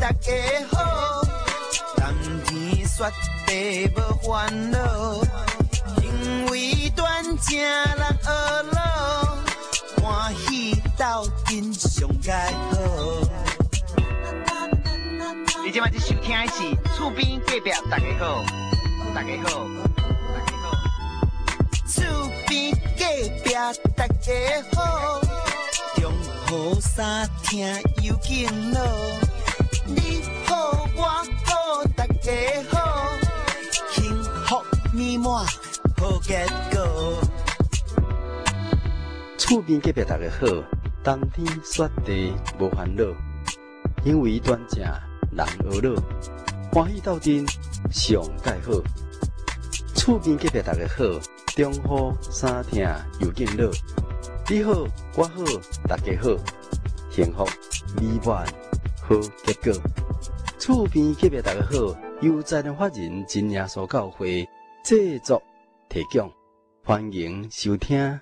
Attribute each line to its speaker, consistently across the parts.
Speaker 1: 大家好，冬天雪地无烦恼，行为端正人学老，欢喜斗阵上佳好。你今摆在收听的是厝边隔壁大家好，大家好，大家好，厝边隔壁大家好，中好三听又敬老，你好我好大家好，幸福美满好结果。
Speaker 2: 厝边隔壁大家好，冬天雪地无烦恼，行为端正人学老，欢喜斗阵上介好。厝边隔壁大家好，中好三听又敬老，你好我好大家好，幸福美满好结果。厝边隔壁大家好，由在人法人真耶稣教会制作提供，欢迎收听。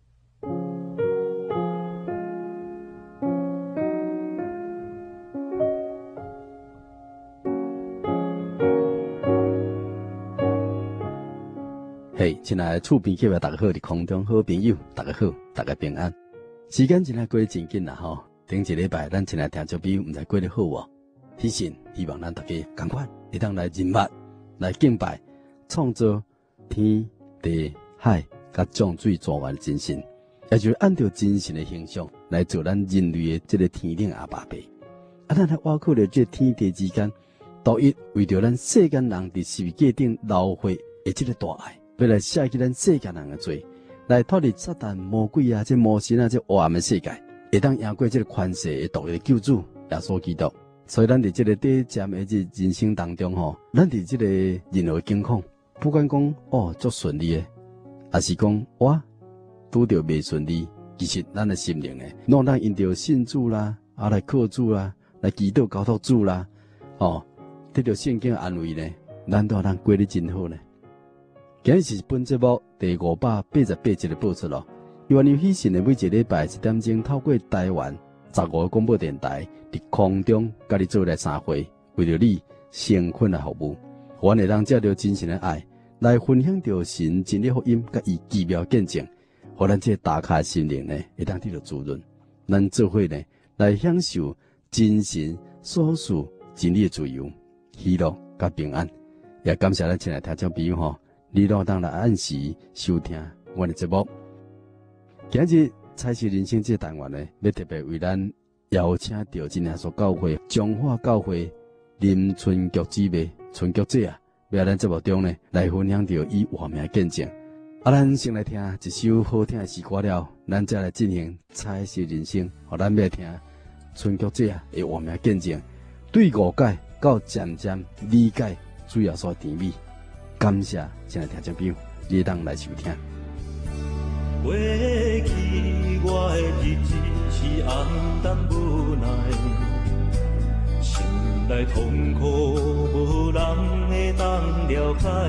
Speaker 2: 嘿，亲爱的厝边隔壁大家好，伫空中好朋友，大家好，大家平安。时间真系过得真紧啦吼，顶一礼拜咱亲爱听众朋友，毋知过得好无？提醒，希望咱大家赶快会当来认捌，来敬拜，创造天地海甲降水造化的真神，也就是按照真神的形象来做咱人类的这个天顶阿爸爸。咱来挖苦了这天地之间，独一为着咱世间人伫世界顶劳活的这个大爱。要来写起咱世间人的罪，来脱离撒旦魔鬼啊、这魔神啊、这黑暗的世界，会当赢过这个权势的独一的救主耶稣基督。所以咱伫这个短暂的这人生当中吼，咱伫这个任何境况，不管讲足顺利的，还是讲哇拄着未顺利，其实咱的心灵呢，让咱因着信主啦，来靠主啦，来祈祷交托主啦，得到圣经的安慰呢，咱都咱过得真好呢。今日是本节目第588集的播出咯。原有喜讯的每一礼拜1点钟，透过台湾15广播电台伫空中，甲你做来3回，为着你诚恳来服务，我会当借着真神的爱来分享着神真理福音，甲伊奇妙见证，互咱这打开心灵呢，会当得到滋润。咱做伙呢，来享受真神所赐真理的自由、喜乐甲平安。也感谢咱亲爱听众朋友吼。你若当来按时收听我的节目，今日彩是人生这单元呢，要特别为咱邀请到真耶稣教会彰化教会林春菊姊妹、春菊姐啊，要咱节目中呢来分享到伊活命见证。咱先来听一首好听的诗歌了，咱再来进行彩是人生，互咱要听春菊姐的活命见证，对误解到渐渐理解主要所甜美。感谢亲爱听众朋友，你当来收听。
Speaker 3: 过去我的日子是黯淡无奈，心内痛苦无人会当了解，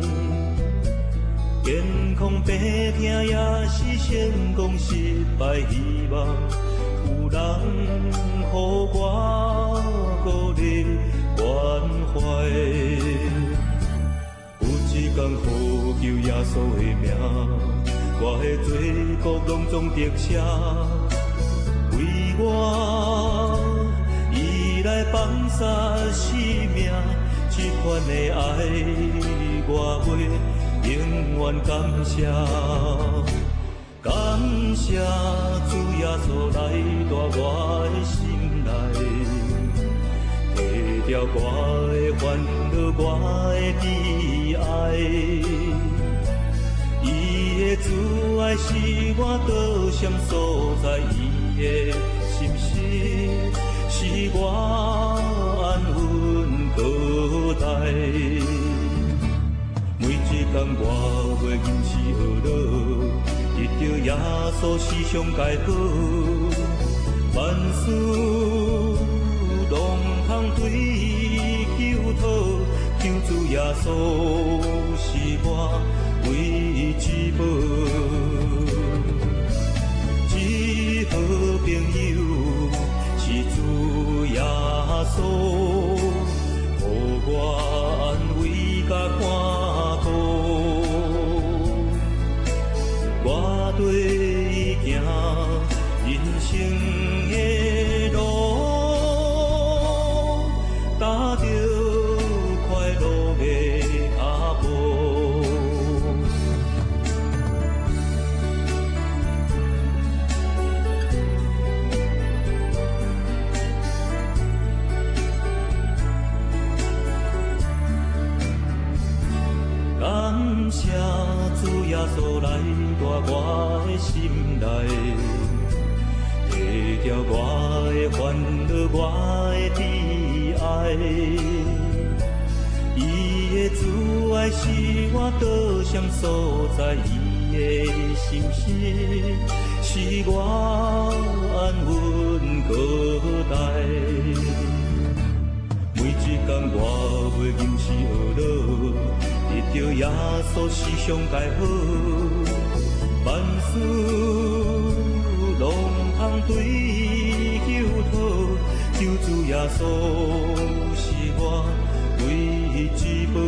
Speaker 3: 健康病痛也是成功失败希望，有人予我鼓励关怀。一天呼求耶稣的名，我的罪过拢总得赦。为我，伊来放下生命，这款的爱，我会永远感谢。感谢主耶稣来到我的心内，提掉我的烦恼，我的悲哀。伊的慈爱是我倒闪所在，伊的心事是我安稳靠待。每一天我袂因是学老，得到耶稣是上介好，万事拢通对求讨，求主耶稣是我唯一宝。这好朋友是主耶稣。 谢主耶稣来到我的心内，提掉我的烦恼，我的悲哀。伊的慈爱是我导向所在，伊的心事是我安稳高台。每一天我袂吟诗学乐，得到耶稣是上介好，万事拢通对求讨，救主耶稣是我唯一宝。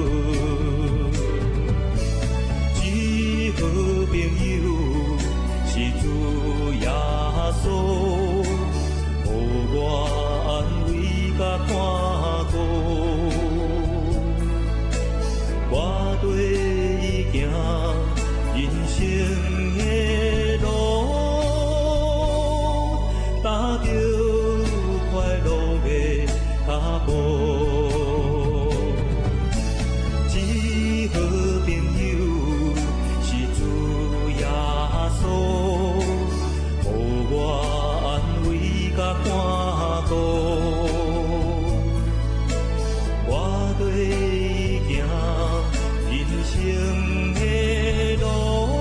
Speaker 3: 一好朋友是主耶稣，予我安慰甲看顾。我跟伊行人生的路，踏着快乐的脚步。一好朋友是主耶稣，予我安慰甲看顾。我跟伊行人生的路，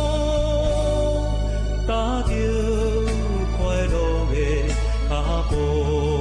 Speaker 3: 踏着快乐的脚步。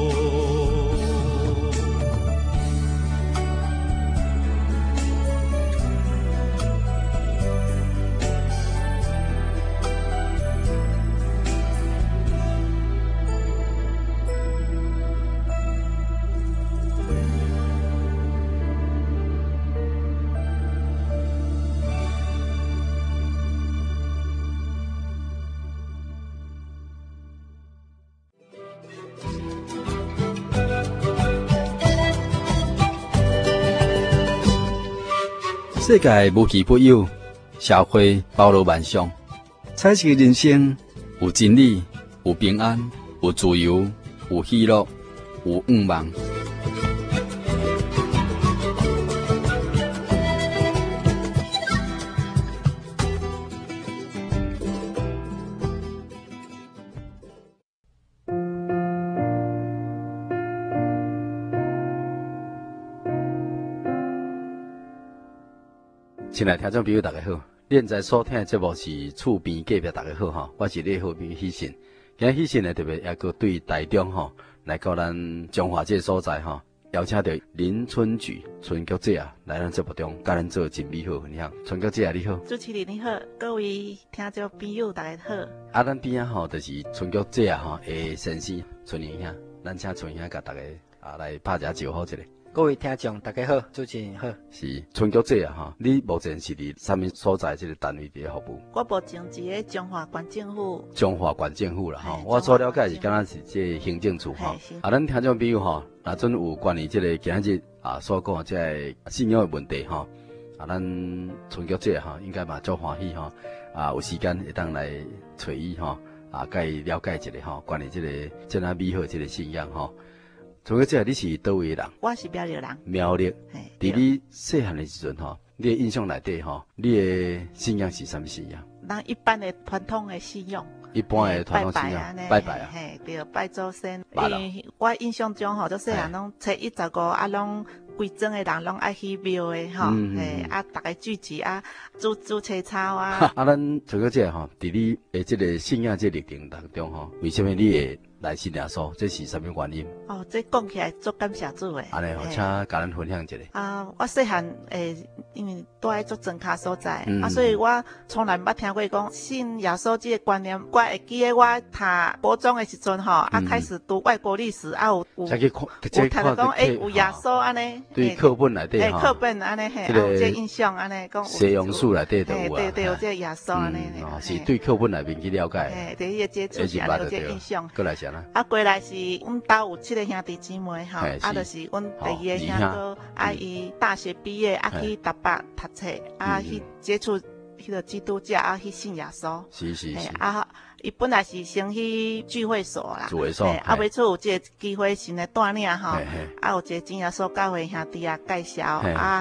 Speaker 2: 世界无奇不有，社会包罗万象，彩色人生有真理，有平安，有自由，有喜乐，有愿望。亲爱的听众朋友，大家好！现在所听的节目是厝边隔壁，大家好哈，我是你好朋友喜信。今日喜信呢特别也个对台中吼，来到咱彰化这所在吼，邀请到林春菊春菊姐啊来咱节目中，甲咱做真美好分享。春菊姐你好，
Speaker 4: 主持人你好，各位听众朋友大家好。
Speaker 2: 啊，咱边啊吼就是春菊姐啊吼的先生春英兄，咱请春英兄甲大家来拍一下招呼一下。
Speaker 5: 各位听众大家好，主持人好。
Speaker 2: 是春菊姐啊哈，你目前是伫什么所在这个单位伫服务？
Speaker 4: 我目前伫咧中华县政府。
Speaker 2: 中华县政府啦吼，我所了解是敢若是这行政处吼。啊，咱听众朋友吼，若准有关于这个今日所讲这个信仰的问题吼，咱春菊姐吼应该嘛足欢喜吼，有时间会当来找伊吼，甲伊了解一下吼，关于这个这么美好这个信仰吼。春菊姐，你是倒位的人？
Speaker 4: 我是苗栗人。
Speaker 2: 苗栗，伫你细汉的时阵吼，你的印象内底吼，你的信仰是什么信仰？
Speaker 4: 咱一般的传统的信仰。
Speaker 2: 一般的传统信仰，拜拜啊，
Speaker 4: 嘿，对，拜祖先。我印象中吼，就细汉拢初一十五拢规庄的人拢爱去庙的吼，嘿，大家聚集煮青草啊。
Speaker 2: 咱春菊姐吼，伫你的这个信仰这历程当中吼，为什么你会来信耶稣？这是什么原因？
Speaker 4: 哦，这讲起来足感谢主的。
Speaker 2: 安尼，请甲咱分享一下。
Speaker 4: 我细汉因为住喺足庄卡所在，所以我从来捌听过讲信耶稣这个观念。我会记得我读国中的时阵吼，开始读外国历史，有听到讲有耶稣安尼。
Speaker 2: 对课本内底吼，
Speaker 4: 课本安尼嘿，有这印象安尼讲。
Speaker 2: 西洋书内底都有啊。
Speaker 4: 对，有这耶稣安尼。
Speaker 2: 是对课本内面去了解。
Speaker 4: 对，迄个接触下有这印象。
Speaker 2: 过来啥呢？
Speaker 4: 过来是阮家有7个兄弟姊妹吼，就是阮第2个兄哥，伊大学毕业去台北读册，去接触迄个基督教，去信耶稣。
Speaker 2: 是。
Speaker 4: 伊本来是先去聚会所啦，尾出有这个机会神的带领吼，有一个真耶稣教会兄弟介绍，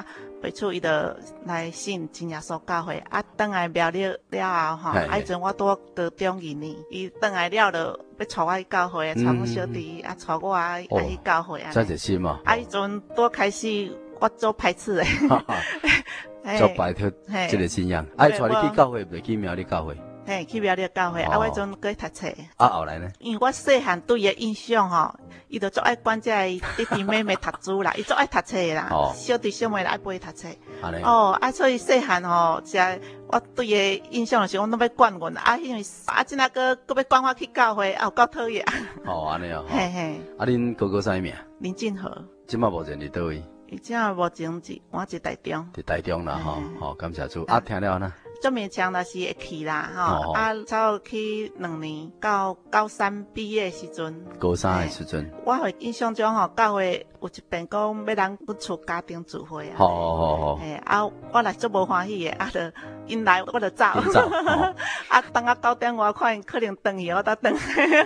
Speaker 4: 爸厝伊就来信真耶稣教会，啊，转来苗栗了后吼，啊，迄阵我拄高中2年，伊转来了就要带我去教会，带阮小弟啊，带我啊去教会啊。
Speaker 2: 真热心嘛！
Speaker 4: 啊，迄阵拄开始我做排斥的，
Speaker 2: 做摆脱这个信仰。爱带你去教会，袂去苗栗教会。
Speaker 4: 嘿，去苗栗教会，啊，我迄阵搁去读册。
Speaker 2: 啊，后来呢？
Speaker 4: 因为我细汉对伊的印象吼，伊就足爱管这弟弟妹妹读书啦，伊足爱读册啦，小弟小妹来爱陪伊读册。哦，啊，所以细汉吼，我对伊的印象就是讲拢要管阮，啊，因为啊，即个搁要管我去教会，啊，有够讨厌。
Speaker 2: 哦，安尼哦。
Speaker 4: 嘿嘿。
Speaker 2: 啊，恁哥哥啥名？
Speaker 4: 林进和。
Speaker 2: 即马目前伫倒位？
Speaker 4: 伊即马目前我伫台中。
Speaker 2: 伫台中啦，吼，好，感谢主。啊，听了呢？
Speaker 4: 做勉强那是会去啦，吼，啊，差不多去2年，到高三毕业的时阵。
Speaker 2: 高三的时阵。
Speaker 4: 我会印象中吼，教会有一遍讲要咱阮厝家庭聚会啊。
Speaker 2: 好。
Speaker 4: 嘿，啊，我来足无欢喜的，啊，就因来我就走。啊，等啊9点外看因可能转去，我才转。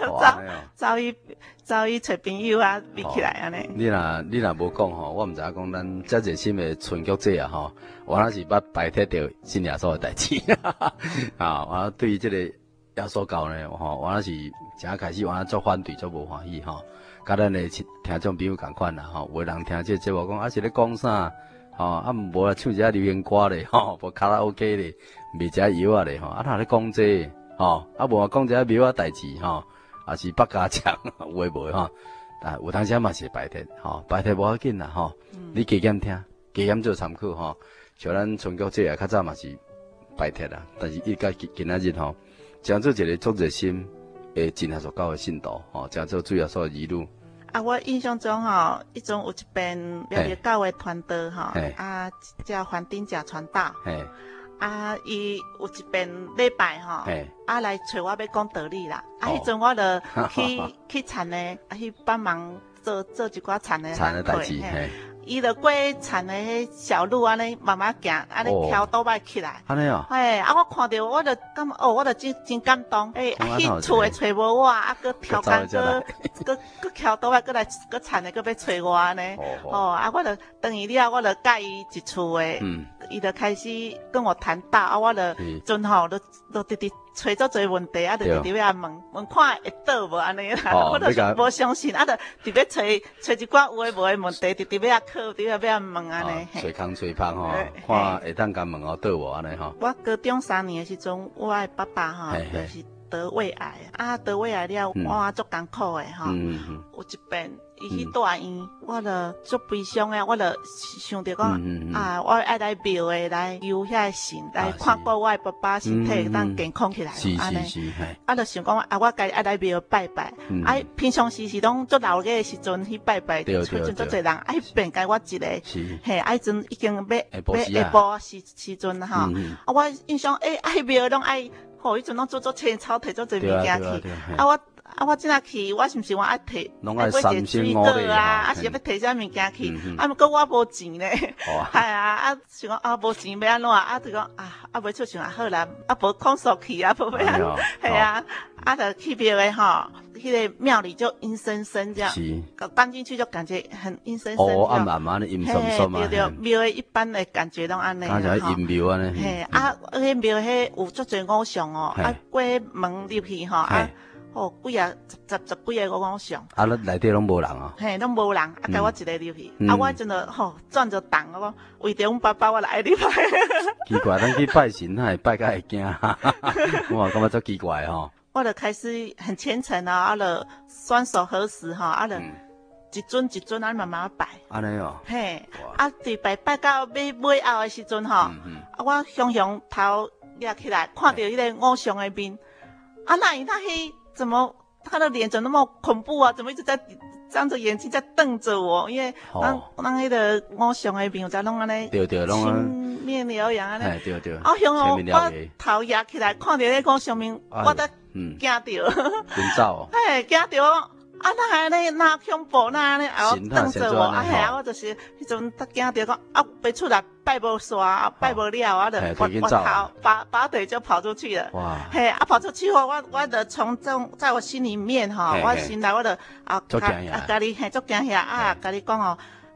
Speaker 4: 走去找朋友啊，比起来安尼。
Speaker 2: 你若无讲吼，我毋知影讲咱遮热心的春菊姐啊吼，我那是捌摆脱着信耶稣的代志。啊，我对于这个耶稣教呢，吼，我那是正开始我做反对，做无欢喜吼。甲咱的听众朋友共款啦吼，有的人听这节目讲啊是咧讲啥，吼啊无啊唱一下流行歌咧，吼，无卡拉 OK 咧，卖一下药啊咧，吼啊哪咧讲这，吼啊无啊讲一下庙啊代志，吼。也是北家强，有诶无吼，啊，有当时嘛是摆脱，吼，摆脱无要紧啦，吼，你加减听，加减做参考，吼，像咱春菊姐啊，较早嘛是摆脱啦，但是伊甲今仔日吼，诚做一个足热心诶，真耶稣教诶信徒，吼，诚做主耶稣诶儿女。
Speaker 4: 啊，我印象中吼，迄种有一遍苗栗教会团队吼，啊，叫黄丁甲传道。啊，伊有一遍礼拜吼，啊来找我要讲道理啦。啊，迄阵我就去田咧，啊去帮忙做一寡田咧代志。伊就过田的迄小路安尼慢慢行，安尼挑倒摆起来。
Speaker 2: 安尼哦。
Speaker 4: 嘿，啊我看到我就感我就真感动。去厝诶找无我，啊搁挑工搁挑倒摆，搁来搁田的搁要找我安尼。啊我就等于了，我就教伊一厝诶。伊就开始跟我谈到，啊我就阵吼就直直找足侪问题，啊就直直要问看会倒无安尼啦。我就无相信，啊就直直找一寡有诶无诶问题，直直要考，直直要问安尼。
Speaker 2: 找空找芳吼，看会当甲问哦倒无安尼吼。
Speaker 4: 我高中3年诶时阵，我诶爸爸吼就是得胃癌，啊得胃癌了，我足艰苦诶吼。有一遍。伊去大院，我就足悲伤诶，我就想着讲啊，我爱来庙诶来求遐神，来看顾我诶爸爸身体当健康起来，安尼。啊，就想讲啊，我家爱来庙拜拜，啊，平常时是拢足老个诶时阵去拜拜，找阵足侪人，啊，变改我一个，嘿，啊，迄阵已经要下晡时阵吼，啊，我印象爱庙拢爱，吼，迄阵拢做青草，摕足侪物件去，我即下去，我是毋是我爱摕，
Speaker 2: 爱买一个水果
Speaker 4: 啊，是要摕啥物件去？啊，毋过我无钱咧，系啊，想讲啊，无钱要安怎？啊，就讲啊，袂出想啊，好啦，啊，无空手去啊，无要，系啊，啊，就去庙诶吼，迄个庙里就阴森森这样，刚进去就感觉很阴森森，
Speaker 2: 暗暗的阴森森嘛，
Speaker 4: 对，庙诶一般的感觉拢安尼，
Speaker 2: 感觉阴庙安尼，
Speaker 4: 嘿，啊，迄庙迄有足侪偶像哦，啊，过门入去吼，啊。几啊十几个偶像，
Speaker 2: 啊，内底拢无人啊，
Speaker 4: 嘿，拢无人，啊，甲我一个入去，啊，我真的转着动，我为着阮爸爸，我来入去。
Speaker 2: 奇怪，咱去拜神，哪会拜甲会惊？我感觉足奇怪吼。
Speaker 4: 我就开始很虔诚啊，啊，就双手合十哈，啊，就一尊一尊啊慢慢拜。
Speaker 2: 安尼哦。
Speaker 4: 嘿，啊，伫拜到尾后的时阵吼，啊，我向头掠起来，看到迄个偶像的面，啊，那迄。怎么他的脸怎么那么恐怖啊？怎么一直在张着眼睛在瞪着我？因为咱迄个偶像的面在弄安尼，
Speaker 2: 对，弄
Speaker 4: 青面獠牙安尼，
Speaker 2: 对。
Speaker 4: 啊，向我头压起来，看到迄个偶像面，我都惊到，
Speaker 2: 真走，
Speaker 4: 嘿，惊到。啊，那安尼那恐怖那安尼，啊，瞪着我，啊，嘿，啊，我就是迄阵得惊到讲，啊，别出来拜无煞，拜无了，啊，就我逃，拔腿就跑出去了。哇！嘿，啊，跑出去后，我就从在我心里面哈，我心内我就啊，家己嘿足惊吓啊，家己讲哦，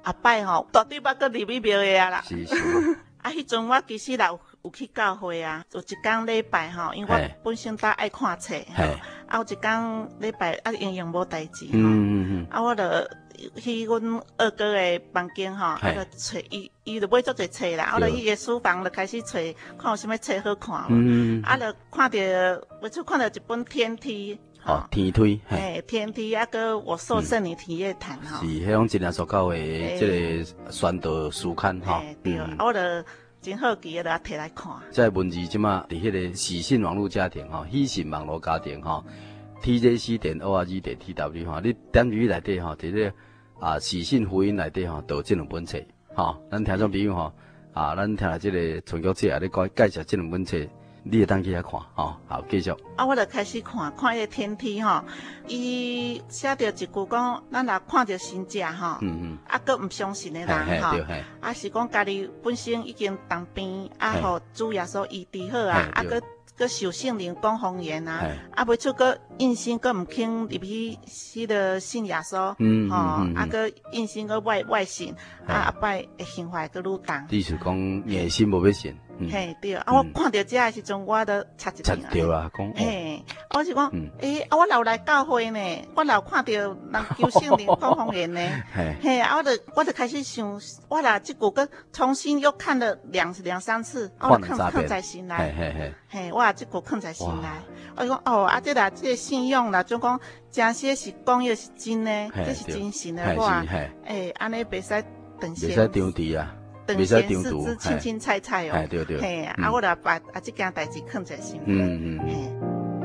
Speaker 4: 阿拜吼，大对捌搁入去庙的啊啦。
Speaker 2: 是是，
Speaker 4: 啊，迄阵我其实也有去教会啊，有一工礼拜吼，因为我本身都爱看册，啊有一工礼拜啊，营养无代志吼，啊我就去阮二哥的房间吼，啊就找伊就买足侪册啦，我就去伊的书房就开始找，看有啥物册好看无，啊就看到，每次看到一本天梯。
Speaker 2: 哦，天梯，
Speaker 4: 天梯啊，个我受圣女体验谈吼，
Speaker 2: 是迄种真正所教的这个宣道书刊吼，
Speaker 4: 对，我就真好奇的，就摕来看。
Speaker 2: 这文字即马伫迄个喜信网络家庭吼，喜信网络家庭吼 ，TJC.org.tw 吼，你点入去内底吼，伫咧喜信福音内底吼，都有这两本册吼，咱听众朋友吼，咱听下这个传教者啊，咧介绍这两本册。你会当去遐看吼，好继续。
Speaker 4: 我就开始看迄个天梯吼，伊写着一句讲，咱若看着神者吼，搁唔相信的人吼，是讲家己本身已经当病，互主耶稣医治好啊，搁受圣灵讲方言啊，尾出搁硬心搁唔肯入去迄个信耶稣，搁硬心搁外信，后摆会心怀搁愈重。
Speaker 2: 你是讲硬心无要信？
Speaker 4: 嘿，对，我看到这的时阵，我都插一张。
Speaker 2: 对啦，讲。
Speaker 4: 嘿，我是讲，我老来教会呢，我老看到人求圣灵讲方言呢，嘿，我就开始想，我啦这句搁重新又看了两三次，我放在心内，嘿，我这句放在心内，我讲这啦，这信仰啦，就讲真些是讲又是真的，这是真神的话，安尼袂使等闲，
Speaker 2: 袂使丢地啊。
Speaker 4: 等闲视之青青菜菜哦，
Speaker 2: 对对，
Speaker 4: 嘿，我就把这件代志放在心里，嘿。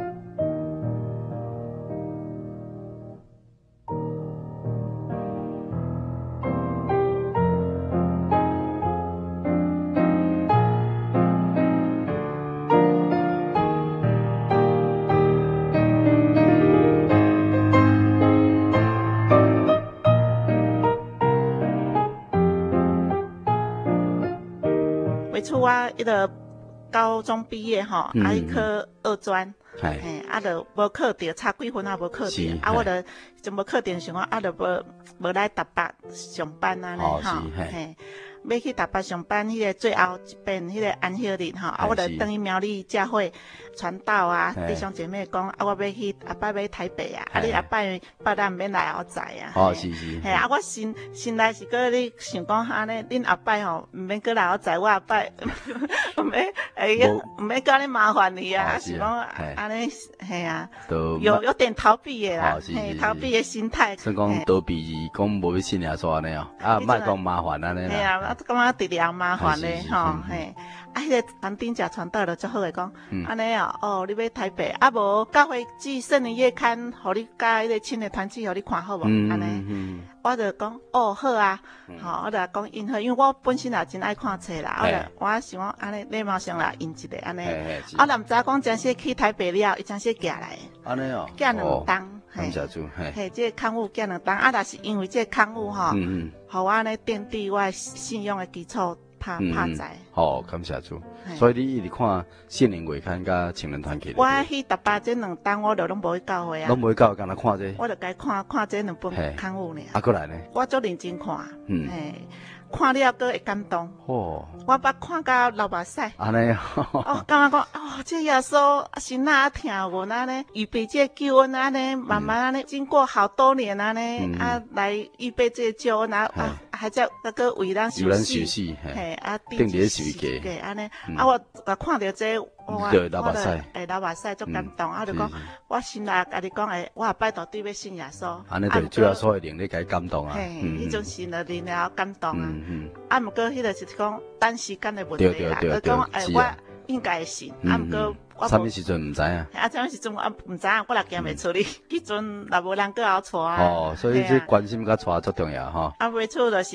Speaker 4: 我迄个高中毕业吼，去考二专，就无考着，差几分也无考着，我就就无考着，想讲就无来台北上班安尼吼，要去台北上班，迄个最后一遍，迄个安息日吼，我就等于苗栗教会传道啊，弟兄姐妹讲，我要去下摆要台北啊，你下摆咱毋免来我知啊。
Speaker 2: 是是。
Speaker 4: 嘿，我心内是搁咧想讲，安尼恁下摆吼，毋免搁来我知，我下摆毋免毋免甲你麻烦你啊，是讲安尼，嘿啊，有点逃避的啦，嘿，逃避的心态。
Speaker 2: 算讲逃避，讲无要信耶稣安尼哦，莫讲麻烦安尼啦。
Speaker 4: 嘿啊。感觉直直麻烦咧，吼，嘿，迄个安顶食传道了，最好诶讲，安尼哦，你要台北，无教会寄圣灵月刊，互你甲迄个亲的团契，互你看好无？安尼，我就讲，好啊，吼，我就讲因好，因为我本身也真爱看册啦，我想讲安尼礼貌上来因一个安尼，我若毋知讲真是去台北了，伊真是寄来，
Speaker 2: 安尼哦，
Speaker 4: 寄两档。
Speaker 2: 感谢主，
Speaker 4: 嘿，这个刊物寄两档，若是因为这个刊物吼，互我呢奠定我信仰的基础，拍在。
Speaker 2: 好，感谢主。所以你一直看圣灵月刊甲青年团契。
Speaker 4: 我去台北这两档，我就拢无去教会啊。
Speaker 2: 拢无去教会，干那看这？
Speaker 4: 我就该看这两本刊物呢。
Speaker 2: 过来呢？
Speaker 4: 我足认真看，嘿。看了搁会感动，我捌看到流目屎，
Speaker 2: 安尼
Speaker 4: 感觉讲这耶稣神啊听阮安尼，预备这救恩安尼，慢慢安尼，经过好多年安尼，来预备这救恩啊，还在那个为咱受死，嘿
Speaker 2: 定咧受
Speaker 4: 刑，对安尼，我看到这，我
Speaker 2: 流目屎，
Speaker 4: 流目屎足感动，就讲我心内家己讲我下摆到底要信耶稣，
Speaker 2: 安尼对主要所有灵咧，甲伊感动啊，
Speaker 4: 迄种信的灵了感动啊。毋过迄个是讲等时间的问题啦，就讲我应该会信，毋过我
Speaker 2: 啥物时阵毋知影，
Speaker 4: 啥物时阵我毋知影，我也惊袂出去，迄阵也无人搁后带
Speaker 2: 所以这关心甲带足重要吼。
Speaker 4: 尾厝就是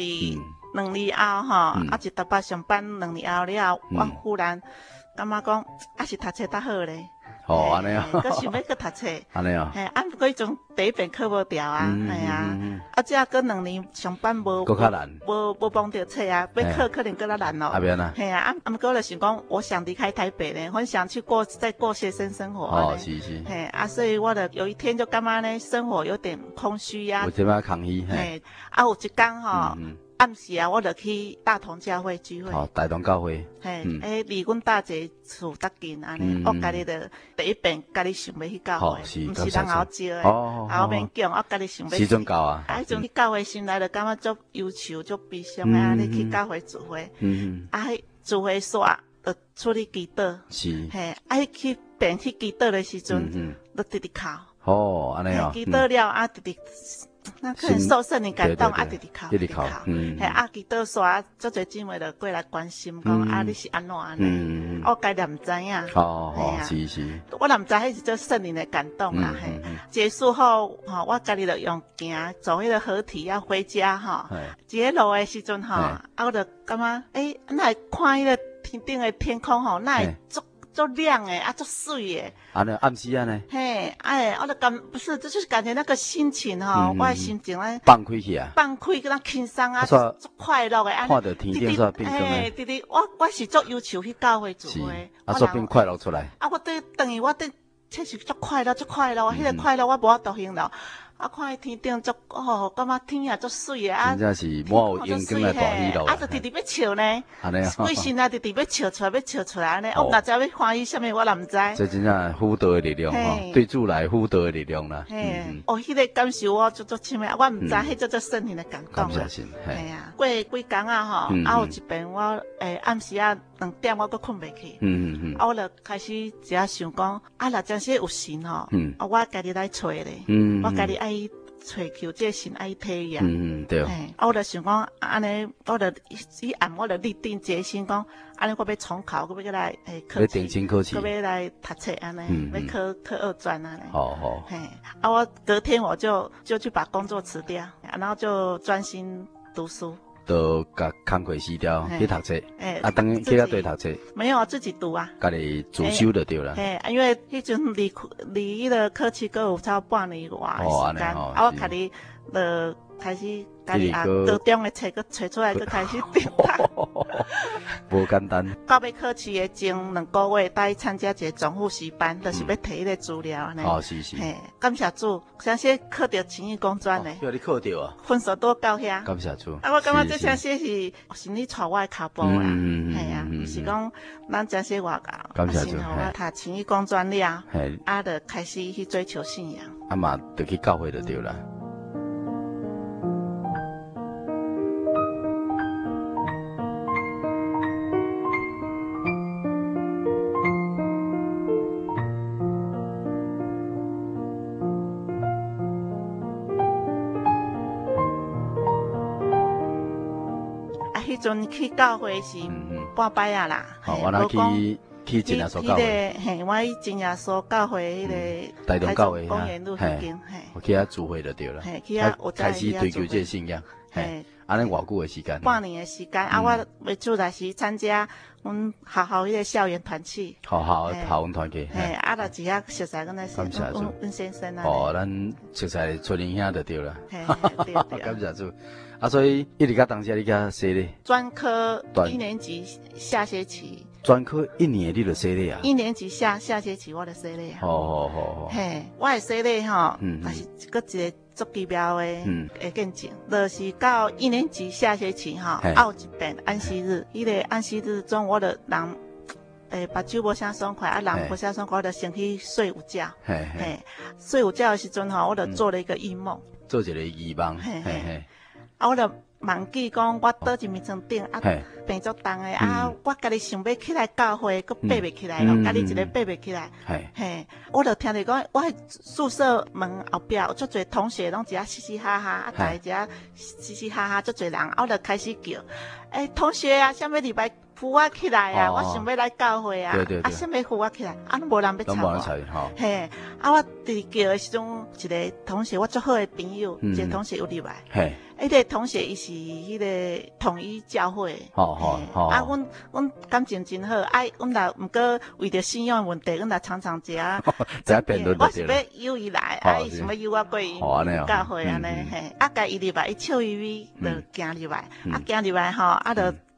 Speaker 4: 2年后吼，一台北上班2年后了，我忽然感觉讲是读册较好咧。
Speaker 2: 安尼
Speaker 4: 搁想要搁读册，
Speaker 2: 安尼
Speaker 4: 毋过迄种第一遍考无掉啊，系啊，这搁2年上班无
Speaker 2: 搁较难，
Speaker 4: 无帮着册啊，要考可能搁较难咯。系啊，毋过就想讲，我想离开台北呢，我想去再过学生生活。
Speaker 2: 是是。
Speaker 4: 所以我就有一天就感觉呢，生活有点空虚呀。
Speaker 2: 有点仔空虚。
Speaker 4: 有一天吼。 暗时啊，我就去大同教会聚会。
Speaker 2: 哦，大同教会。
Speaker 4: 嘿，离阮大姐厝得近安尼，我家己就第一遍家己想要去教会，毋是人后招的，后面讲我家己想要。
Speaker 2: 时阵到啊！
Speaker 4: 迄阵去教会先来就感觉足忧愁、足悲伤的，安尼去教会聚会。迄聚会煞就出去祈祷。
Speaker 2: 是。
Speaker 4: 嘿，去便去祈祷的时阵，就直直哭。
Speaker 2: 哦，安尼哦。
Speaker 4: 祈祷了直直。那可能受圣灵感动，直直哭，直直哭。祈祷煞，足侪姊妹就过来关心，讲你是安怎安尼？我家己唔知影。
Speaker 2: 是。
Speaker 4: 我唔知迄是做圣灵的感动啦。结束后，我家己就用行走迄个合体要回家一路的时阵我就感觉那会看迄个天顶的天空那会足亮诶，足水诶。
Speaker 2: 安尼暗时安尼。
Speaker 4: 嘿，我就不是，这就是感觉那个心情我的心情
Speaker 2: 放开去啊。
Speaker 4: 放开，跟他轻松足快乐诶。
Speaker 2: 看到天顶煞变光诶。
Speaker 4: 弟弟，我是足忧愁去教会聚会。
Speaker 2: 煞变快乐出来。
Speaker 4: 我等于我确实足快乐，迄个快乐我无法度形容。看天顶足感觉天也足水诶
Speaker 2: 真正是满有阳光诶大喜乐。
Speaker 4: 就直直要笑呢，
Speaker 2: 安尼
Speaker 4: 规身直直要笑出来安尼。我哪知要欢喜啥物，我也唔知。
Speaker 2: 这真正辅导诶力量对主来辅导诶力量啦。
Speaker 4: 迄个感受我足深诶，我唔知迄叫做圣灵诶感动。
Speaker 2: 感谢神。
Speaker 4: 系啊，过几工有一遍我暗时2点我阁困袂去。我就开始一下想讲，若真是有神我家己来找咧，我家己爱找求这个神爱体验。
Speaker 2: 对。
Speaker 4: 我就想讲，安尼，我就我就立定决心讲，安尼我要重考，我要来
Speaker 2: 要定睛考试，
Speaker 4: 我要来读册安尼，要考2专安尼。
Speaker 2: 好。
Speaker 4: 我隔天我就去把工作辞掉，然后就专心读书。
Speaker 2: 都甲工课辞掉去读册，当然去到对读册。
Speaker 4: 没有，自己读啊。
Speaker 2: 家己自修就对了。
Speaker 4: 因为迄阵离迄个考试阁有差半年外的时间，我家己就开始家己高中的册阁找出来，阁开始读。
Speaker 2: 无简单。
Speaker 4: 到要考试的前2个月，带参加一个总复习班，就是要摕迄个资料安尼。
Speaker 2: 是。
Speaker 4: 感谢主，像说考到勤益工专的。
Speaker 2: 你考到啊？
Speaker 4: 分数多到遐。
Speaker 2: 感谢主。
Speaker 4: 我感觉这像说是神你带我的脚步啦。系啊，不是讲咱真些外教。
Speaker 2: 感谢主。
Speaker 4: 我读勤益工专了，就开始去追求信仰。
Speaker 2: 嘛，就去教会就对了。
Speaker 4: 迄阵去教会是半摆啊啦。
Speaker 2: 我那去真耶稣教会。
Speaker 4: 我去真耶稣教会迄个
Speaker 2: 大同教会
Speaker 4: 公园路迄间。
Speaker 2: 我去遐聚会就对了。
Speaker 4: 去遐我
Speaker 2: 开始追求这个信仰。安尼偌久的时间？
Speaker 4: 半年的时间。我为主来是参加阮学校迄个校园团契。
Speaker 2: 校园团契。
Speaker 4: 就一下熟悉阮先生啊。
Speaker 2: 咱熟悉出年兄就对了。
Speaker 4: 对。
Speaker 2: 感谢主。所以一直到当时你甲洗咧？
Speaker 4: 专科1年级下学期。
Speaker 2: 专科1年你就洗咧啊
Speaker 4: ？1年级下学期我就洗咧。
Speaker 2: 好。
Speaker 4: 我会洗咧但是搁一个足奇妙的见证，就是到1年级下学期有一遍安息日，迄个安息日中我的人。目睭无啥爽快，人无啥爽快，我就先去睡午觉。睡午觉的时阵我就做了一个异梦。
Speaker 2: 做一个异梦。
Speaker 4: 我就忘记讲我倒一眠床顶病足重的我家己想要起来教会，佫爬袂起来咯，家己一个爬袂起来。我就听着讲，我喺宿舍门后壁有足侪同学拢一下嘻嘻哈哈，大家嘻嘻哈哈，足侪人，我就开始叫，同学啊，啥物礼拜扶我起来啊！我想要来教会啊！啥物扶我起来？拢无人要吵我。我伫叫的时阵，一个同学，我足好的朋友，一个同学有入来。迄个同学伊是迄个统一教会。阮感情真好，阮若毋过为着信仰问题，阮若常常一下
Speaker 2: 辩论。
Speaker 4: 我是要邀伊来，伊想要邀我过伊教会安尼。甲伊入来，伊笑眯眯就行入来，行入来就。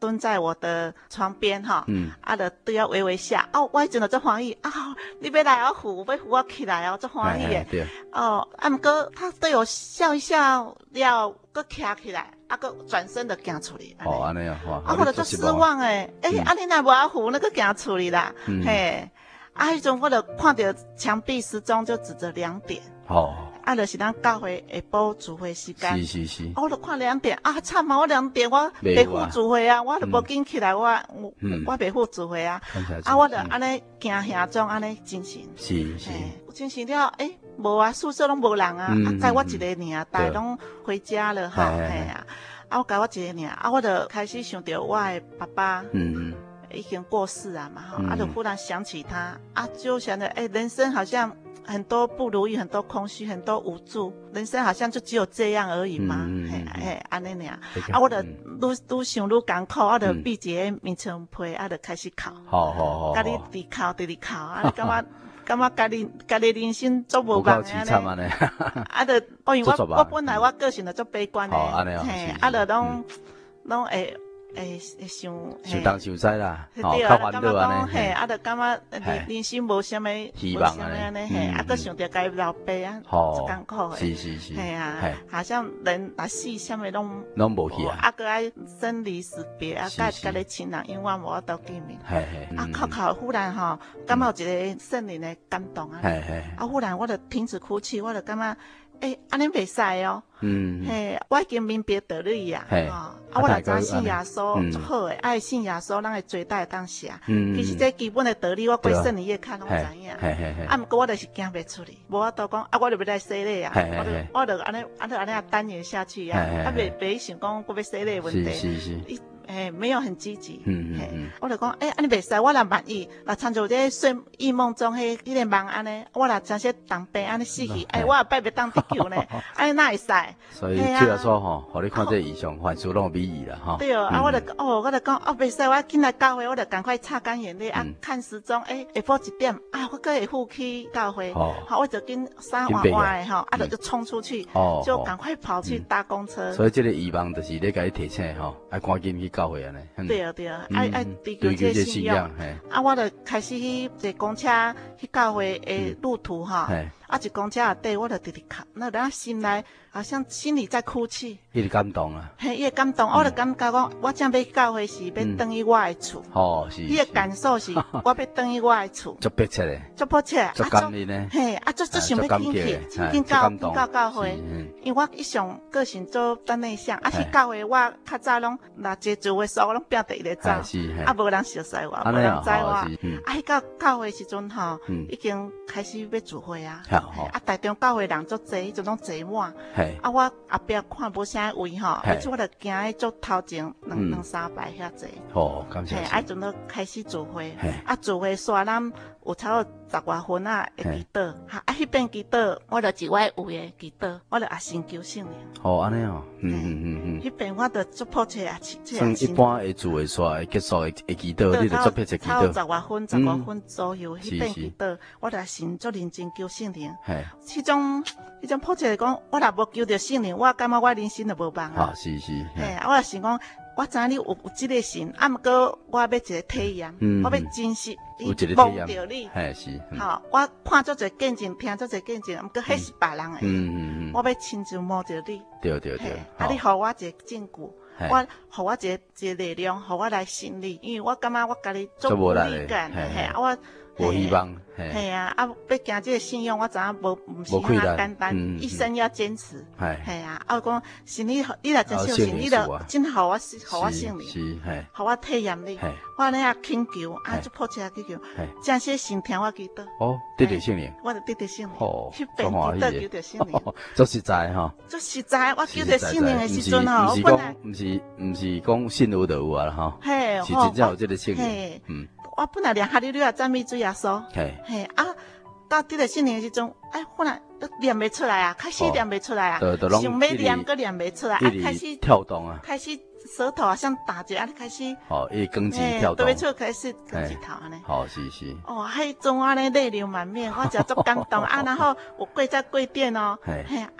Speaker 4: 蹲在我的床边哈，啊，就对我微微笑，哦，我迄阵就足欢喜啊，你要来我扶我起来哦，足欢喜的，哦，啊，毋过他对我笑一笑了，搁徛起来，啊，搁转身就行出去，
Speaker 2: 哦，安尼啊，
Speaker 4: 啊，我就足失望诶，啊，你若无我扶，那个行出去啦，嘿，啊，迄阵我就看到墙壁时钟就指着2点，哦。啊，就是咱教会下晡聚会时间，
Speaker 2: 是，
Speaker 4: 我就看2点啊，惨啊！我2点我袂赴聚会啊，我就无紧起来，我袂赴聚会啊，啊，我就安尼行下庄安尼精神，
Speaker 2: 是，
Speaker 4: 精神了，无啊，宿舍拢无人啊，该我一个尔，大家拢回家了哈，嘿啊，啊，我该我一个尔，啊，我就开始想到我的爸爸，已经过世啊嘛，哈，啊，就忽然想起他，啊，就想着，人生好像。很多不如意，很多空虚，很多无助，人生好像就只有这样而已嘛。安尼尔，啊，我就愈想愈艰苦，我就闭一个眠床被，啊，就开始哭。好，家己直哭，啊，感觉家己人生足无望安尼。啊，就因为我本来我个性就足悲观的，啊，就拢会。想
Speaker 2: 东想西啦，
Speaker 4: 较烦恼安尼，嘿，啊，就感觉人生无啥物
Speaker 2: 希望安
Speaker 4: 尼，嘿，啊，搁想着家老爸啊，足艰苦
Speaker 2: 的，是，
Speaker 4: 嘿啊，好像人若死，啥物
Speaker 2: 拢无去啊，
Speaker 4: 啊，搁爱生离死别，啊，甲你亲人永远无法度见面，啊，哭忽然吼，感觉有一个圣灵的感动啊，啊，忽然我就停止哭泣，我就感觉。安尼袂使哦，我已经明白道理啊，啊，我来知信耶稣足好诶，爱信耶稣，咱会做代当写，其实这基本的道理，我过圣年夜看拢知影，啊，毋过我就是行袂出去，无法度讲，啊，我就要来洗礼啊，我就安尼单言下去啊，啊，袂想讲我要洗礼问题。没有很积极，我就讲，安尼袂使，我若满意，若参照这睡忆梦中迄个梦安尼，我若真些当兵安尼死去，我也拜袂当地球呢，安尼哪会使？
Speaker 2: 所以就来说吼，互你看这异象，凡事拢有美意啦，哈。
Speaker 4: 对哦，啊，我就讲，袂使，我进来教会，我就赶快擦干眼泪，啊，看时钟，下晡1点，啊，我搁会赴去教会，好，我就跟衫换换的吼，啊，就冲出去，就赶快跑去搭公车。
Speaker 2: 所以这个希望就是咧，甲你提醒吼，爱赶紧去。教会安尼，
Speaker 4: 对，爱追求这信仰，啊，我就开始去坐公车去教会的路途哈，啊，一公车下底我就直直哭，那咱心内好像心里在哭泣，
Speaker 2: 伊个感动啊，
Speaker 4: 伊个感动，我就感觉讲，我正要教会是要等于我的厝，
Speaker 2: 是，
Speaker 4: 伊个感受是，我要等于我的厝，
Speaker 2: 足迫切嘞，
Speaker 4: 足迫切，
Speaker 2: 足感人呢，
Speaker 4: 足想要进去，进教会，因为我一向个性做较内向，啊，去教会我较早拢若坐聚会所，我拢拼第一个走，啊，无人熟悉我，无人知我，啊，去到教会时阵吼，已经开始要聚会啊，啊，台中教会人足侪，迄阵拢坐满，啊，我后壁看无啥位吼，而且我就行喺足头前2-3排遐坐，
Speaker 2: 感谢，
Speaker 4: 啊，阵都开始聚会，啊，聚会煞咱有差不多10外分啊，会祈祷，啊，迄边祈祷，我就一位有诶祈祷，我就也先求圣灵，
Speaker 2: 安尼哦，
Speaker 4: 迄边我就足迫切啊，
Speaker 2: 算一般会聚会煞会结束会祈祷，你就足迫切祈祷
Speaker 4: ，10外分左右，迄边祈祷，我就先足认真求圣灵，迄种迫切讲，我若无求着圣灵，我感觉我人生就无望啊，
Speaker 2: 是，
Speaker 4: 我想讲。我知你有这个神，啊，毋过我要一个体验，我要真实望到你，
Speaker 2: 是，
Speaker 4: 好，我看足侪见证，听足侪见证，毋过迄是别人的，我要亲自摸着你，
Speaker 2: 对，
Speaker 4: 啊，你互我一个证据，我互我一个力量，互我来信你，因为我感觉我家己做无力感，我。
Speaker 2: 无希望，
Speaker 4: 系啊，要行这个信仰，我知影毋是遐简单，一生要坚持，系啊，啊讲是你来真相信，你就真互我信你，互我体验你，我咧啊恳求，啊就迫切去求，真些心听我祈祷，
Speaker 2: 得着圣灵，
Speaker 4: 我就得着圣灵，去边祈祷求着圣灵，
Speaker 2: 足实在哈，
Speaker 4: 足实在，我求着圣灵的时阵吼，我本来
Speaker 2: 毋是讲信有就有啊哈，是真正有这个圣灵，
Speaker 4: 我本来连哈利路亚赞美主耶稣，啊，到得了圣灵的时阵，忽然念袂出来啊，开始念袂出来啊，想要念个念袂出来，开始
Speaker 2: 跳动啊，
Speaker 4: 开始舌头好像打结，开始
Speaker 2: 一根筋跳动，
Speaker 4: 对，开始根筋头安尼，
Speaker 2: 是，
Speaker 4: 迄种安尼泪流满面，我真足感动啊，然后我跪在柜垫哦，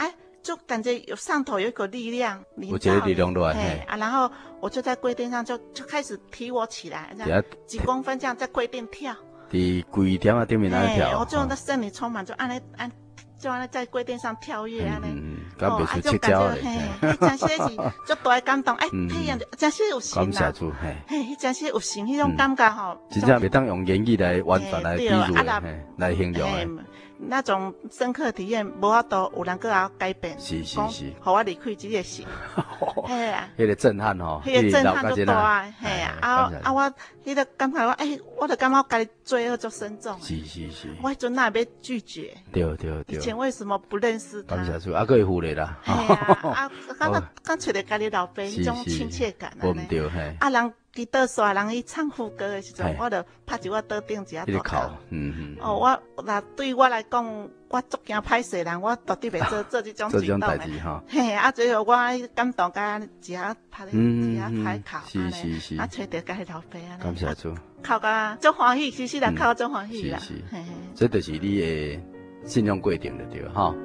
Speaker 4: 就感觉有上头有一股力量，
Speaker 2: 我觉得力量落来，
Speaker 4: 然后我就在柜垫上就开始提我起来，这样几公分这样在柜垫跳，
Speaker 2: 伫柜垫啊顶面那跳，
Speaker 4: 我就那圣灵充满，就就安尼在柜垫上跳跃安尼，
Speaker 2: 感觉就感觉
Speaker 4: 真是是足大感动，体验真是有神
Speaker 2: 啦，
Speaker 4: 真是有神迄种感觉吼，
Speaker 2: 真正袂当用言语来完全来比喻来形容
Speaker 4: 那种深刻体验，无法度有人搁要改变，
Speaker 2: 是，
Speaker 4: 互我离开这个神，
Speaker 2: 嘿啊，迄个震撼吼，
Speaker 4: 迄个震撼就大，嘿啊，我迄个感觉我就感觉家己罪恶就深重，
Speaker 2: 是，
Speaker 4: 我迄阵哪会要拒绝？
Speaker 2: 对，
Speaker 4: 以前为什么不认识他？
Speaker 2: 感谢主，还佫会负咧啦，
Speaker 4: 嘿啊，刚找着家己老爸迄种亲切感，
Speaker 2: 无毋对嘿，
Speaker 4: 人。伫倒刷人伊唱副歌的时阵，我就拍伫我倒顶一下头。我若对我来讲，我足惊歹势人，我绝对袂做这种举动的。嘿，最后我感动甲一下拍一下拍口，
Speaker 2: 是，
Speaker 4: 找着家己老爸安尼。
Speaker 2: 感谢主，
Speaker 4: 哭甲足欢喜，其实人哭足欢喜啦。
Speaker 2: 是，这就是你的信仰过程了，对哈。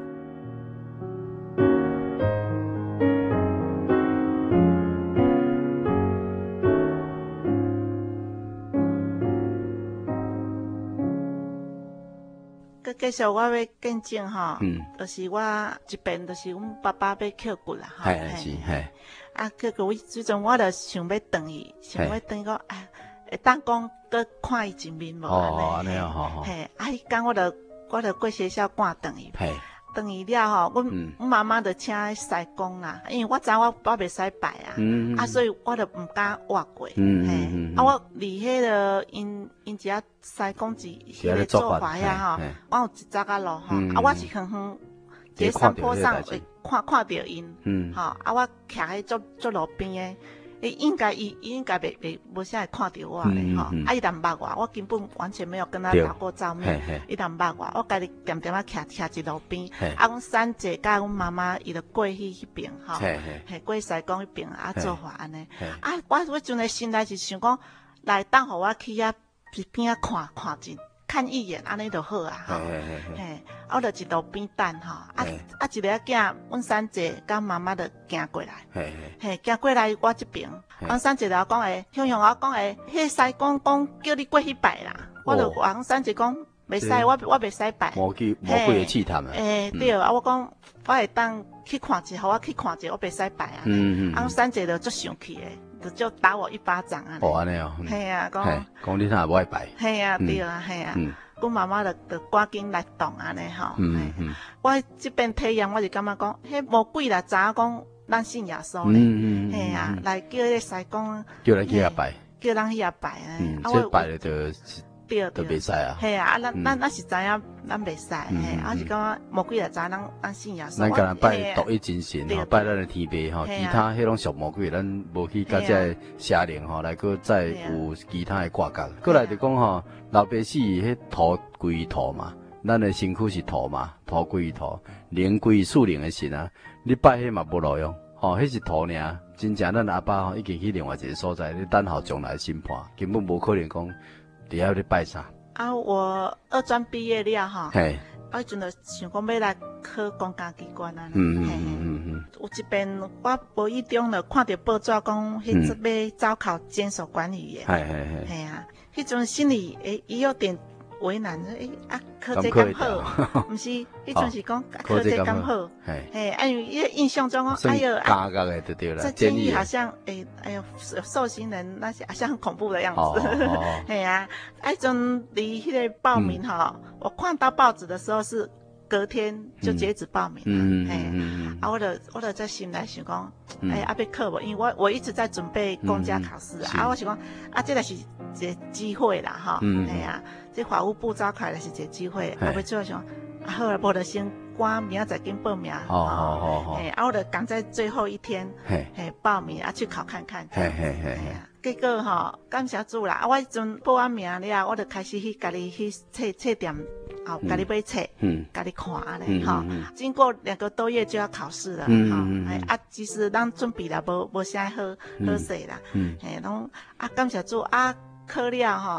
Speaker 4: 继续我要见证吼，就是我一边就是阮爸爸要捡骨啦，
Speaker 2: 是，
Speaker 4: 捡骨，最终我就想要转伊，讲，会当讲搁看伊一面无安尼，迄天我就过学校赶转伊。转伊了吼，阮妈妈就请师公啦，因为我知我袂使拜啊，所以我就毋敢活过。我离迄个因一个师公是迄个做法呀吼，我有一扎路吼，我是远远伫山坡上会看到因，我徛喺做路边诶。伊应该袂无啥会看到我咧吼，伊若毋捌我根本完全没有跟他打过照面，伊若毋捌我家己点点徛伫路边，阮三姐甲阮妈妈伊就过去迄边吼，过西公迄边做法安尼，我阵个心内是想讲，来当互我去边看看一眼安尼就好啊，我就一路边等吼，一个囝，阮三姐甲妈妈就行过来，行过来我这边，阮三姐就讲诶，向我讲诶，迄师公讲叫你过去拜啦，我就话阮三姐讲袂使，我袂使拜，
Speaker 2: 魔鬼会试探啊，
Speaker 4: 对，我讲我会当去看者，互我去看者，我袂使拜啊，阮三姐就足生气诶。就打我一巴掌啊！
Speaker 2: 哦，安尼哦，
Speaker 4: 系啊，讲
Speaker 2: 你哪无爱拜？
Speaker 4: 系啊，对啊，系啊，阮妈妈就赶紧来动安尼吼。我这边体验，我就感觉讲，迄魔鬼啦，知影讲咱信耶稣咧，系啊，来叫迄个师公，
Speaker 2: 叫咱去遐拜，
Speaker 4: 叫咱去遐拜啊。
Speaker 2: 这拜了就
Speaker 4: 都
Speaker 2: 袂使啊。
Speaker 4: 系啊，咱是知影咱袂使，我是讲魔鬼啦，知影咱信耶稣。
Speaker 2: 咱敢若拜独一真神吼，拜咱的天父吼，其他迄种属魔鬼，咱无去甲这邪灵吼来个再有其他的挂钩。过来就讲吼，老爸死迄土归土嘛，咱的身躯是土嘛，土归土，灵归属灵的神啊，你拜迄嘛无路用，吼，迄是土尔。真正咱阿爸吼已经去另外一个所在，你等候将来审判，根本无可能讲。伫遐咧拜啥？
Speaker 4: 我二专毕业了哈，我阵就想讲要来考公家机关啊。有一边我无意中就看到报纸讲，迄要招考监所管理员。系啊，迄阵心里伊有点为难，考这刚好，毋是，迄阵是讲考这刚好。因为伊印象中讲，哎呦，
Speaker 2: 嘎嘎的就对了。
Speaker 4: 这监狱好像，哎呦，受刑人那些好像很恐怖的样子。嘿啊，迄阵离迄个报名哈，我看到报纸的时候是隔天就截止报名了。我就在心内想讲，要考无，因为我一直在准备公家考试我想讲，这个是一个机会啦哈。嘿啊，这法务部召开的是一个机会，我要做想，好了，无就先赶明仔载紧报名。我就赶在最后一天，报名去考看看。结果感谢主啦！我迄阵报完名了，我就开始去家己去册店，家己买册，家己看安尼经过2个多月就要考试了其实咱准备啦，无啥好势啦。拢感谢主考了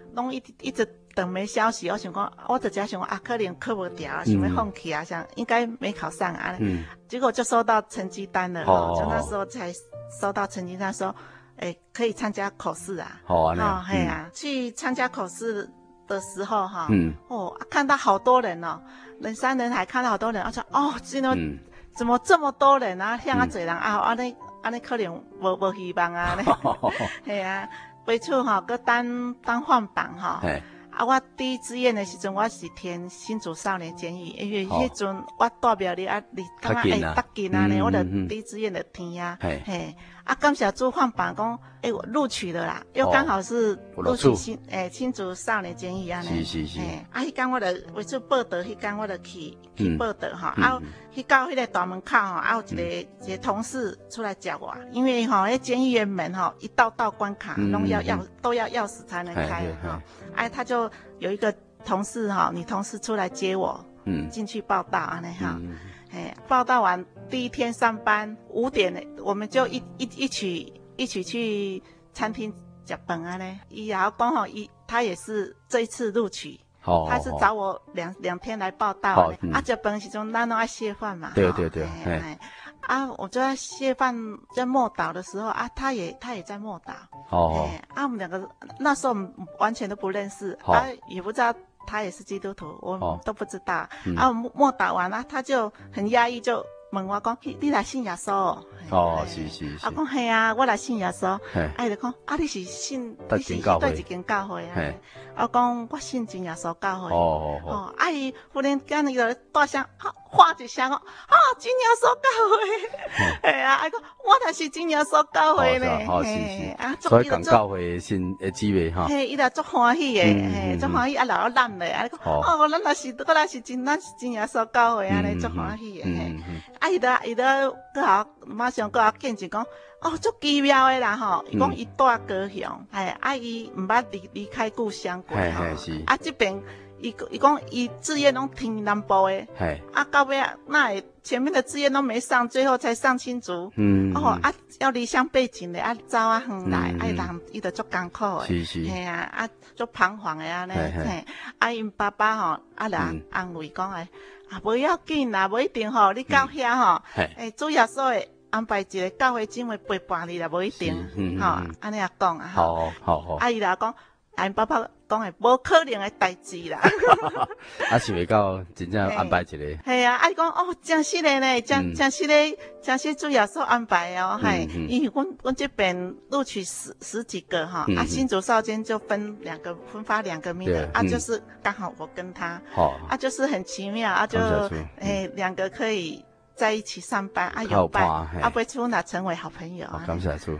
Speaker 4: 拢一直等没消息，我想讲，我就只想啊，可能考不掉，想要放弃啊，想应该没考上啊。结果就收到成绩单了，就那时候才收到成绩单说，可以参加口试啊。嘿啊，去参加口试的时候哈，看到好多人哦，人山人海，看到好多人，我说怎么这么多人啊？像多人啊，安尼可能无希望啊。嘿啊，为厝吼，搁当放榜哈。我第一志愿的时阵，我是填新竹少年监狱，因为迄阵我代表你啊，你感觉得紧啊呢，我就第一志愿的填啊。嘿，感谢主放榜讲，我录取了啦，又刚好是录取新竹少年监狱啊呢。是。迄天我就为出报道，迄天我就去报道哈，去到迄个大门口哈，有一个同事出来叫我，因为迄监狱的门一道关卡，都要钥匙才能开哈。他就有一个同事女同事出来接我，进去报道啊那哈。报道完第一天上班5点，我们就一起去餐厅吃饭啊呢。然后刚好他也是这一次录取，他是找我两天来报道。吃饭时阵咱都要谢饭嘛。对。我就在谢饭在默祷的时候他也在默祷。我们两个那时候完全都不认识，也不知道他也是基督徒，我都不知道。默祷完了，他就很压抑，就问我讲：“你来信耶稣？”是。我讲：“系啊，我来信耶稣。”伊就讲：“你是信对一间教会啊？”我讲：“我信真耶稣教会。”伊忽然间伊就大声喊一声讲：“真耶稣教会！”伊讲：“我才是真耶稣教会呢。”是。
Speaker 2: 所以讲教会的姊妹哈。
Speaker 4: 伊就足欢喜的，足欢喜留咱嘞。伊讲：“咱若是咱是真耶稣教会啊，足欢喜的。”伊就搁好马上搁见证讲，足奇妙的啦吼！伊讲伊住高雄，伊毋捌离开故乡过吼。这边伊讲伊志愿拢填南部的，到尾那前面的志愿都没上，最后才上新竹。要离乡背井的走远来，人伊就足艰苦的。是。嘿啊，足彷徨的安尼。因爸爸来安慰讲无要紧啦，无一定你到遐主耶稣会安排一个教会姊妹陪伴你啦，无一定安尼也讲啊。好。伊来讲，因爸爸讲的无可能的代志啦。
Speaker 2: 想袂到真正安排一个。
Speaker 4: 系啊，伊讲真实的呢，真实主耶稣安排因为阮这边录取十几个新竹少监就分发两个名额就是刚好我跟他，就是很奇妙就两个可以在一起上班有伴不出哪成为好朋友
Speaker 2: 感谢主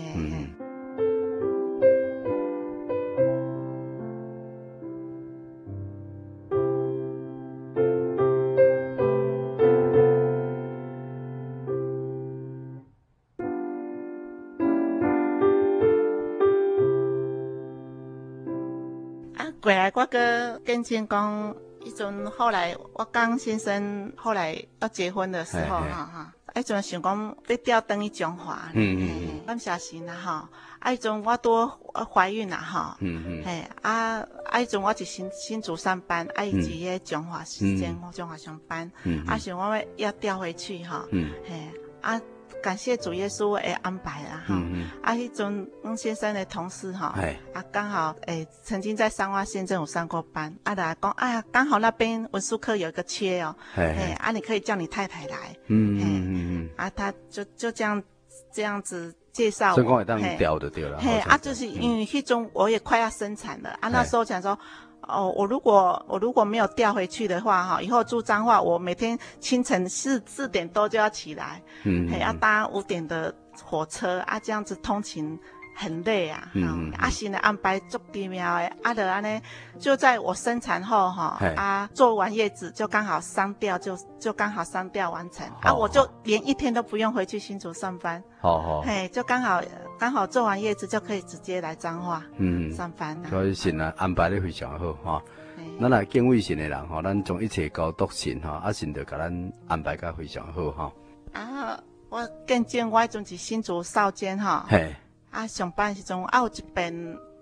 Speaker 4: 过来我跟见证讲，迄阵后来我刚先生后来要结婚的时候迄阵想讲要调回去中华，感谢神啦迄阵我都怀孕啦迄阵我是新竹上班，伊是迄中华时间中华上班，想我要调回去感谢主耶稣的安排啦迄阵翁先生的同事刚好曾经在三花县政府上过班，来讲刚好那边文书科有一个缺你可以叫你太太来，他就这样子介绍我，
Speaker 2: 所以讲会当调就对了，
Speaker 4: 就是因为迄阵我也快要生产了那时候想说。我如果没有调回去的话以后住彰化，我每天清晨4点多就要起来，要搭5点的火车这样子通勤很累神的安排足奇妙的就安尼，就在我生产后坐完月子就刚好商调，就刚好商调完成我就连1天都不用回去新竹上班，就刚好做完月子就可以直接来彰化上班
Speaker 2: 所以神安排得非常好咱若敬畏神的人咱将一切交托神神就甲咱安排得非常好我
Speaker 4: 见证我迄阵是新竹少监上班的时阵有一边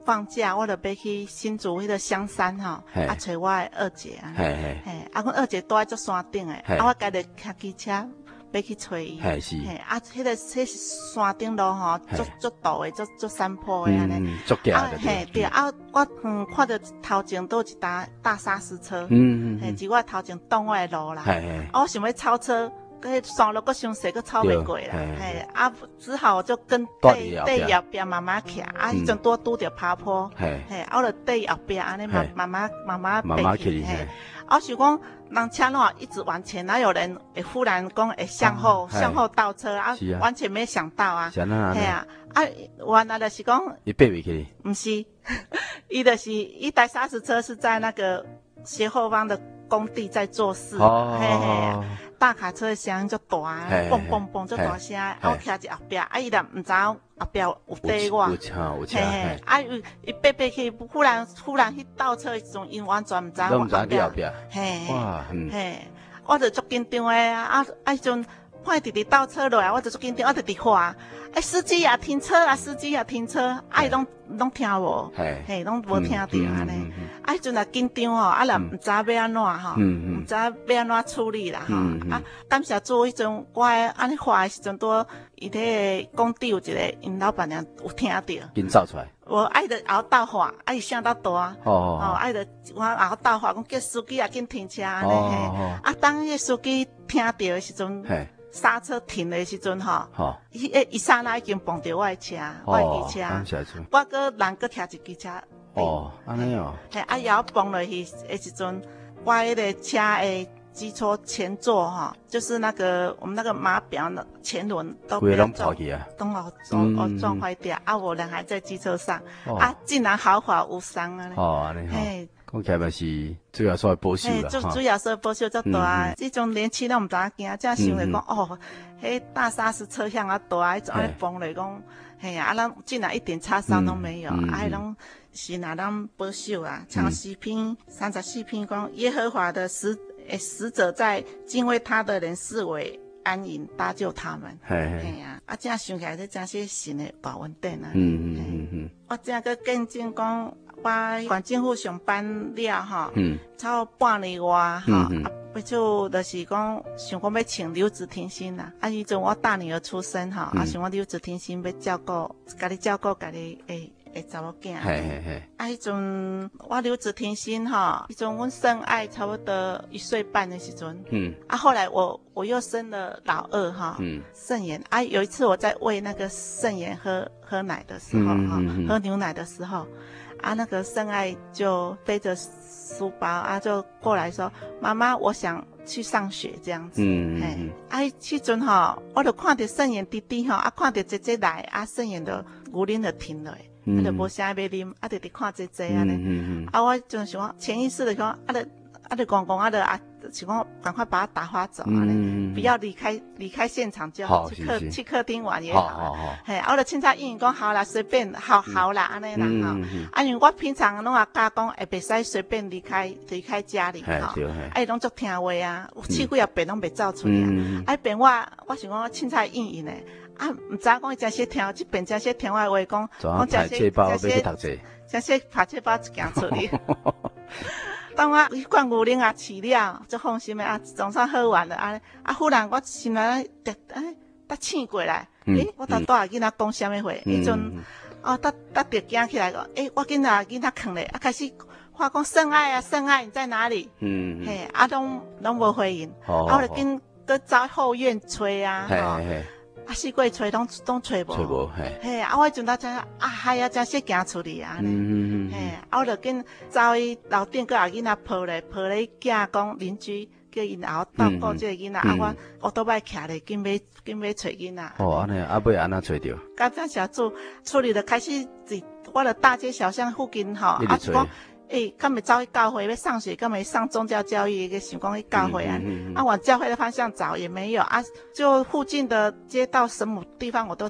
Speaker 4: 放假，我就要去新竹迄个香山吼，啊找我的二姐啊，嘿，啊，阮二姐住在山顶的，啊，我家己骑机车要去找伊，
Speaker 2: 是，
Speaker 4: 啊，迄山顶路吼，足陡的，足山坡的安尼，
Speaker 2: 足惊的，
Speaker 4: 嘿，对，啊，我看到头前都有一搭大砂石车，嘿，是我头前挡我的路啦，啊，我想要超车。迄山路搁伤细，搁超袂过啦，嘿，啊，只好就跟对后壁慢慢骑，啊，迄阵拄着爬坡，嘿，啊，我就对后壁安尼慢慢去，嘿，我想讲，人车路一直往前，哪有人会忽然讲会向后倒车啊？完全没想到啊，嘿啊，啊，原来就是讲，
Speaker 2: 你爬袂起，
Speaker 4: 不是，伊就是一台砂石车是在那个斜后方的工地在做事，嘿嘿。大卡车的声音就大，嘣嘣嘣就大声，啊，我徛伫后壁，啊，伊若唔知后壁有缀我，
Speaker 2: 有车，
Speaker 4: 啊，伊爬去，忽然去倒车的时阵，因完全唔知我后壁，嘿，哇，嘿，我就足紧张的啊，迄阵看弟弟倒车落来，我就足紧张，我就伫看，司机也停车啦，司机也停车，啊，伊拢听无，嘿，拢无听到安尼。啊，迄阵也紧张吼，啊，若唔知要安怎吼，唔知要安怎处理啦吼，啊，感谢主，迄阵我安尼画的时阵，拄伊迄个工地有一个因老板娘有听到，
Speaker 2: 紧走出来。
Speaker 4: 我爱着后倒画，啊，伊声到大，爱着我后倒画，讲叫司机也紧停车安尼嘿，啊，当迄司机听到的时阵，刹车停的时阵吼，伊刹那已经碰到我的车，我的机车，我搁人搁徛一机车。
Speaker 2: 安尼哦。
Speaker 4: 嘿，啊，摇崩落去的时阵，我迄个车的机车前座哈，就是那个我们那个码表的前轮都被撞撞坏掉，啊，我人还在机车上，啊，竟然毫发无伤啊！
Speaker 2: 安尼嘿，讲起来嘛是主要说保修啦，
Speaker 4: 主要说保修足大，这种年轻人唔知影惊，这样想来讲哦，迄大砂石车厢啊大，迄种安尼崩来讲，嘿啊，咱竟然一点擦伤都没有，啊，迄种。是拿咱保守啊，像诗篇34篇讲，耶和华的使者在敬畏他的人视为安营，搭救他们。嘿啊，啊，这样想起来，这真是神的大恩典啊。我这个见证讲，我环政府上班了哈，超半年外哈，不就就是讲想讲要请留职停薪啦。啊，迄阵我大女儿出生哈，啊，想我留职停薪要照顾，家己照顾家己查某囝，啊，迄阵我留职停薪哈，迄阵阮生爱差不多1岁半的时阵，啊，后来我又生了老二哈，盛妍，啊，有一次我在喂那个盛妍喝奶的时候哈，喝牛奶的时候，啊，那个盛爱就背着书包啊，就过来说，妈妈，我想去上学这样子，啊，迄阵哈，我就看到盛妍弟弟哈，啊，看到姐姐来，啊，盛妍就牛奶就停了。啊，就无啥要啉，啊，就伫看姐姐安尼。啊，我就想讲，潜意识的讲，就讲，想讲赶快把他打发走安尼，不要离开现场就好，去客厅玩也好。嘿，我就凊彩应讲好啦，随便，好啦安尼啦哈。啊，因为我平常拢也教讲，袂使随便离开家里哈。啊，伊拢足听话啊，试几啊遍拢袂走出去。啊，变我想讲凊彩应的。啊，唔知讲伊真些听，即边真些听我话讲，
Speaker 2: 讲真些
Speaker 4: 真些拍册包一件出去。当我去灌牛奶啊，饲了，就放心的啊，总算喝完了啊。啊，忽然我心内搭醒过来，我带大囡仔讲什么话？迄阵搭着惊起来个，我囡仔囥咧，啊开始话讲圣爱啊，圣爱你在哪里？嘿，啊拢无回应，啊我就紧搁走后院吹啊，啊，四过找拢找无，嘿，啊，我阵到真还要真些行出去啊，嘿，啊，我就紧走去楼顶个囡仔抱咧囝讲邻居叫因后照顾这个囡仔，啊，我都摆徛咧，紧要找囡仔。
Speaker 2: 哦，安尼啊，尾安那找着？
Speaker 4: 感谢小主，处理的开始伫我的大街小巷附近吼，啊，就讲。敢会走去教会要上学，敢会上宗教教育，个想讲去教会啊，啊往教会的方向找也没有啊，就附近的街道神母地方我都找，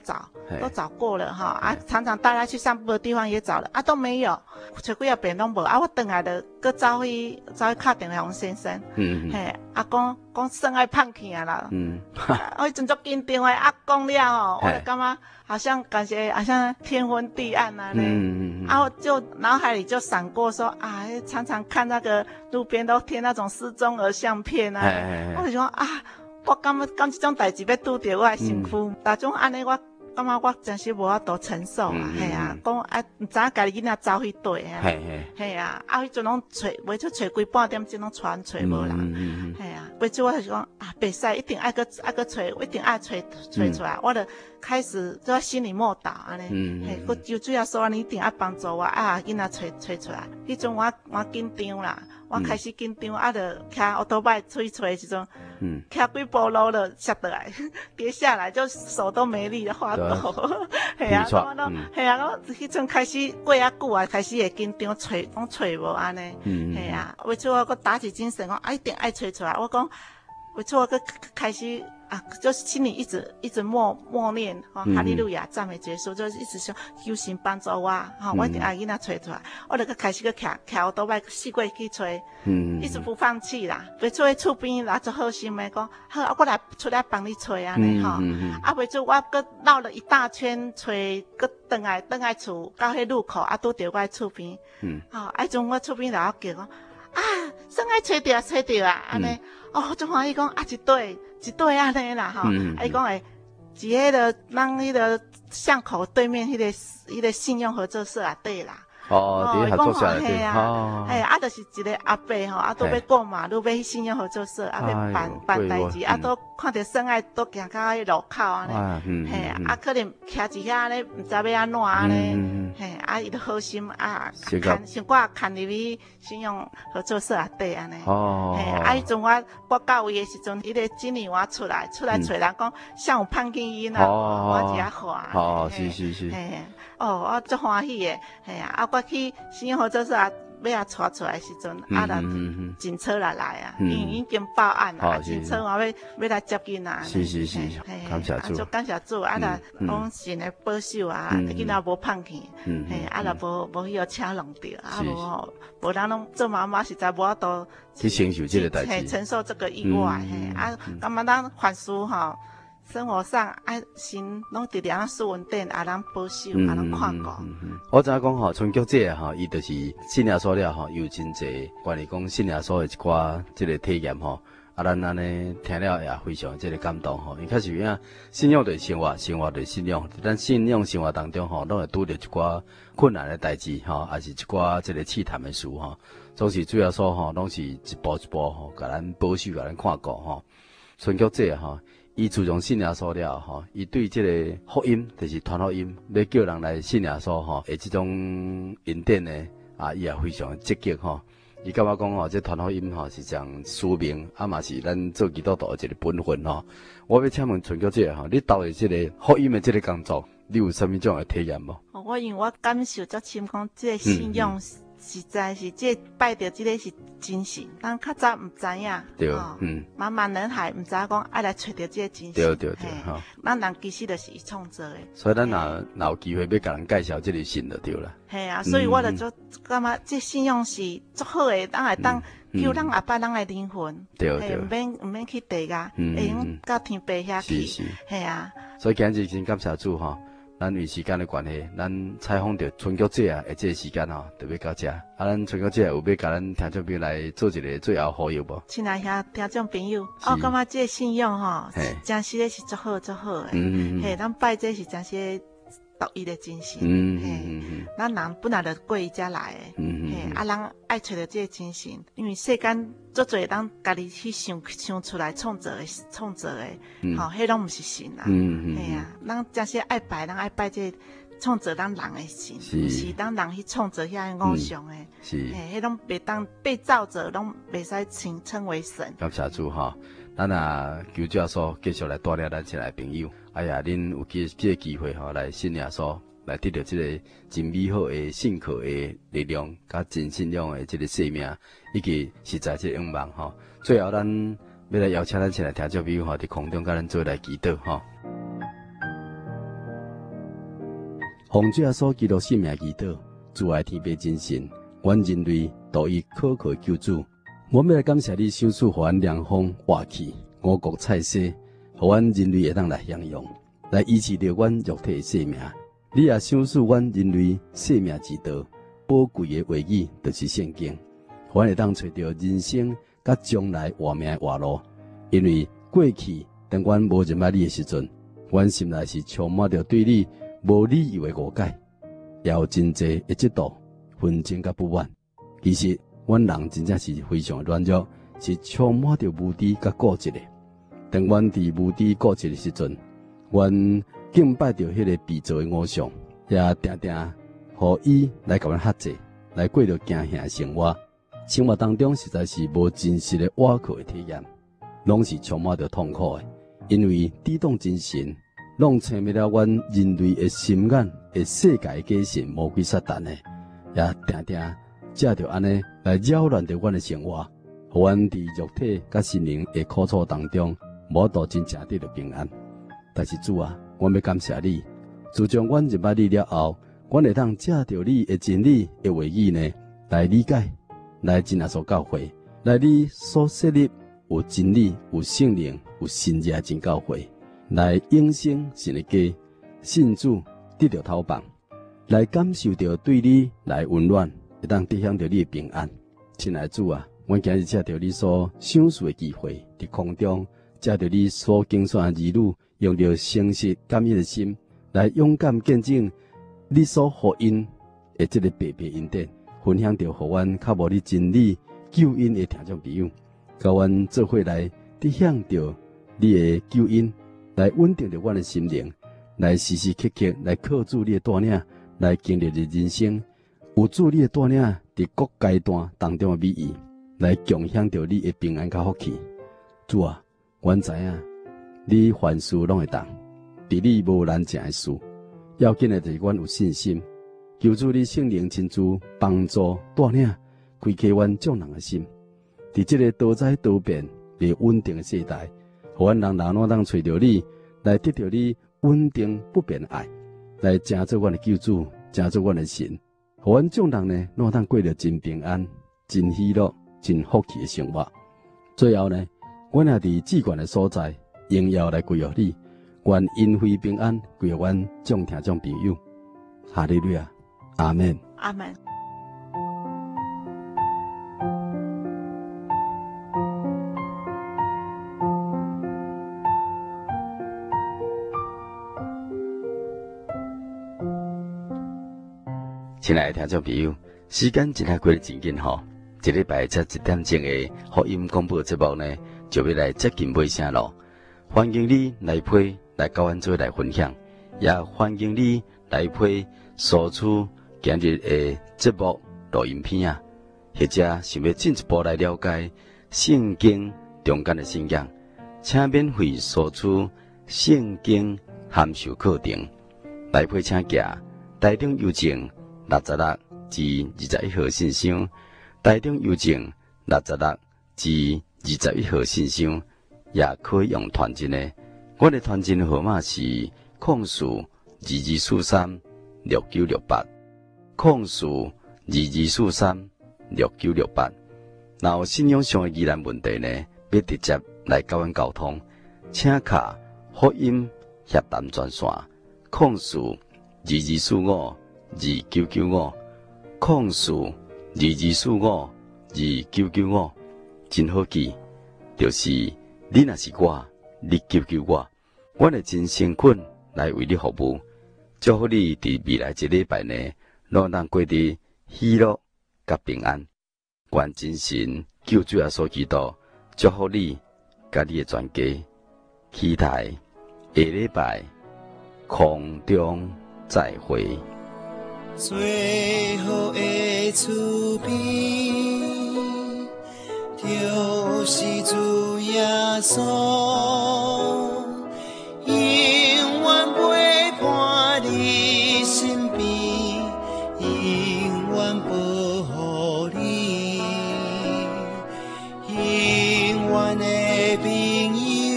Speaker 4: 都找过了哈，常常带他去散步的地方也找了，都没有，找几啊遍拢无，我回来就搁走去敲电话给先生，嘿，讲算爱胖去啊啦，我迄阵足紧张的，讲了我就感觉好像感觉好像天昏地暗啊嘞，我就脑海里就闪过说常常看那个路边都贴那种失踪儿相片啊，我就说我感这种代志要拄着我的身躯，但种安尼我感觉我真是无法度承受啊，系啊，讲唔知影家己囡仔走去对啊，系啊，迄阵拢找，袂出找规半点钟拢找无人，系啊，袂做我就讲袂使，一定爱个找，一定爱找出来，我就开始就心里默祷安尼，嘿，个求主要说你一定爱帮助我囡仔找出来，迄阵我紧张啦。我开始紧张，就骑奥多拜出去找的时阵，骑几步路就摔倒来，跌下来就手都没力了，滑倒。系啊，我迄阵开始过久啊，开始会紧张，找无安尼。系啊，为此我搁打起精神，讲一定爱找出来。我讲，为此我搁开始。就是心里一直默念哈利路亚赞美耶稣，就是一直想求神帮助我我一定爱囡仔找出来，我就开始去骑我都摆四过去找，一直不放弃啦。袂做厝边啦，就好心的讲好，我来出来帮你找安尼袂做我搁绕了一大圈找，搁转来厝到迄路口拄着我的厝边，阵我厝边来我叫讲算爱找着啊安尼，就欢喜讲一对安尼啦伊讲诶，伫迄个咱迄个巷口对面迄个信用合作社对啦。
Speaker 2: 伫合作社对
Speaker 4: 就是一个阿伯都要过马路，要去信用合作社要办代志，都看到算爱都行到迄路口安尼，可能徛伫遐呢，毋知要安怎安尼，伊就好心先我看入去信用合作社对安尼，迄阵我到位的时阵，迄个经理员出来找人讲，像有判经因我一下看，
Speaker 2: 是，
Speaker 4: 我足欢喜的，我去信用合作社要带出来的时阵，警车来因为已经报案啦，警车要来接囡仔，
Speaker 2: 是，感谢主，
Speaker 4: 感谢主，讲神的保守囡仔无胖去，无迄个车弄着，无咱拢做妈妈实在无法度
Speaker 2: 去承受这个代志，
Speaker 4: 承受这个意外，感觉咱凡事生活上心拢直直输稳定，咱保守，咱看顾。
Speaker 2: 我知影讲春菊姐伊就是信耶稣了有真济关于讲信耶稣的一寡这个体验咱安尼听了也非常这个感动因为确实影信仰就是生活，生活就是信仰。咱信仰生活当中拢会拄着一寡困难的代志也是一寡这个试探的事总是主要说拢是一步一步甲咱保守，甲咱看顾春菊姐伊自从信耶稣了伊对这个福音就是传福音，要叫人来信耶稣的这种恩典呢伊也非常积极伊感觉讲这传福音是一项使命，嘛是咱做基督徒的一个本分我要请问春菊姐你到的这个福音的这个工作，你有啥物种的体验无？
Speaker 4: 我因为我感受足深，讲这个信仰实在是这拜着这个是真神，咱较早唔知影，
Speaker 2: 对，
Speaker 4: 茫茫人海唔知讲爱来找着这个真神，
Speaker 2: 对，
Speaker 4: 咱人其实就是伊创造的，
Speaker 2: 所以咱若有机会要甲人介绍这个神就对了。
Speaker 4: 系所以我就感觉这信仰是足好的，咱会当救咱阿爸咱的灵魂，
Speaker 2: 对，
Speaker 4: 唔免去地下，会用到天白遐去，系
Speaker 2: 所以今日真感谢主咱因为时间的关系，咱采访到春菊姐的这个时间就要到这。咱春菊姐有要甲咱听众朋友来做一个最后呼吁无？
Speaker 4: 亲爱遐听众朋友，我感觉这个信仰真实的是足好的，咱拜这是真实独一的真神，咱人本来就过伊遮来的，人爱找到这个真神，因为世间足侪咱家己去想出来创造的，迄拢毋是神啦，咱真实爱拜，咱爱拜这创造咱人的神，毋是咱人去创造遐偶像的，迄拢袂当被造者，拢袂使称为神。
Speaker 2: 感谢主咱求主耶稣继续来带领咱亲爱朋友。恁有这个机会来信耶稣，来得到这个真美好的信靠的力量，甲真信仰的这个生命，以及实在这个愿望最后咱要来邀请咱亲爱听众朋友伫空中甲咱做来祈祷奉主耶稣基督性命祈祷，主爱天父真神，阮人类都以可靠救主。我们来感谢你，赏赐互阮凉风活气、五谷菜色，互阮人类会当来享用，来医治着阮肉体的性命。你也赏赐阮人类性命之道，宝贵的话语就是圣经，互阮会当找到人生甲将来活命的活路。因为过去当阮无认捌你的时阵，阮心内是充满着对你无理由的误解，也有真济的嫉妒、纷争甲不满。其实阮人真正是非常的软弱，是充满着无知甲固执的。当阮伫无知固执的时阵，阮敬拜着迄个被造的偶像，也定定互伊来甲阮吓制，来过着惊吓的生活。生活当中实在是无真实的倚靠的体验，拢是充满着痛苦的。因为抵挡真神，拢殲灭了阮人类的心眼，的世界的假神魔鬼撒旦的，也定定借着安尼来扰乱着阮的生活，互阮伫肉体甲心灵的苦楚当中，无度真正得到平安。但是主啊，我要感谢你，自从阮认捌你了后，阮会当借着你的真理的话语呢，来理解，来真耶稣教会，来你所设立有真理、有圣灵、有新约真教会，来永生神的家，信主得到头棒，来感受到对你来温暖，会当得享到你的平安。亲爱的主啊，阮今日借着你所赏赐的机会，伫空中借着你所竞选的儿女，用着诚实感恩的心，来勇敢见证你所予因的这个白白恩典，分享着互阮较无你真理救恩的听众朋友，甲阮做伙来得享着你的救恩，来稳定着阮的心灵，来时时刻刻来靠主你的带领，来经历着人生有主你的带领伫各阶段当中的美意，来共享着你的平安甲福气。主啊，阮知影你凡事拢会当，伫你无难成的事。要紧的就是阮有信心，求主你圣灵亲自帮助带领，开启阮众人的心。伫这个多灾多变、未稳定的世代，互阮人人拢当找着你，来得到你稳定不变的爱，来成做阮的救主，成做阮的神。互阮众人呢，拢当过着真平安、真喜乐、真福气的生活。最后呢，阮也伫至悬的所在，荣耀来归予你，愿恩惠平安归予阮众听众朋友。哈利路亚，阿门，
Speaker 4: 阿门。
Speaker 2: 亲爱的听众朋友，时间真系过得真紧吼，一礼拜才1点钟的福音广播节目呢，就要来接近尾声咯。欢迎你来配来跟阮做来分享，也欢迎你来配索取今日的节目录音片啊，或者想要进一步来了解圣经中间的信仰，请免费索取圣经函授课程，来配请假台中邮政66至21号信箱，台中邮政66至21号信箱，也可以用传真的。我的传真号码是0422436968，0422436968。若有信仰上的疑难问题呢，要直接来甲阮沟通，请卡福音协谈专线0422452995，0422452995，真好记，就是你若是我，你救救我，我会真诚恳来为你服务。祝福你伫未来一礼拜呢，拢能过得喜乐甲平安。愿真神救主耶稣基督祝福你甲你的全家，期待下礼拜空中再会。
Speaker 1: 最后的厝边，就是主耶稣，永远陪伴你身边，永远保护你，永远的朋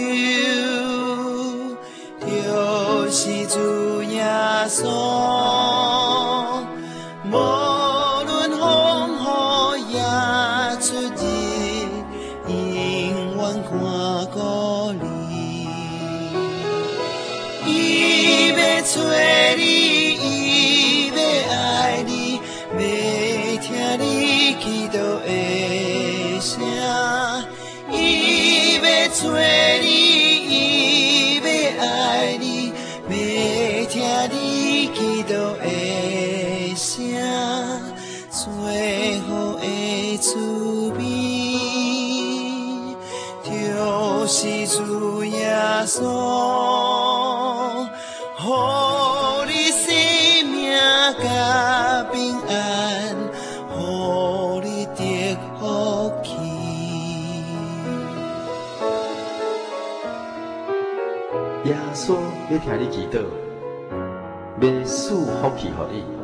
Speaker 1: 友，就是主耶稣。 稣，予你生命甲平安，予你得福气。
Speaker 2: 耶稣要听你祈祷，要赐福气予你。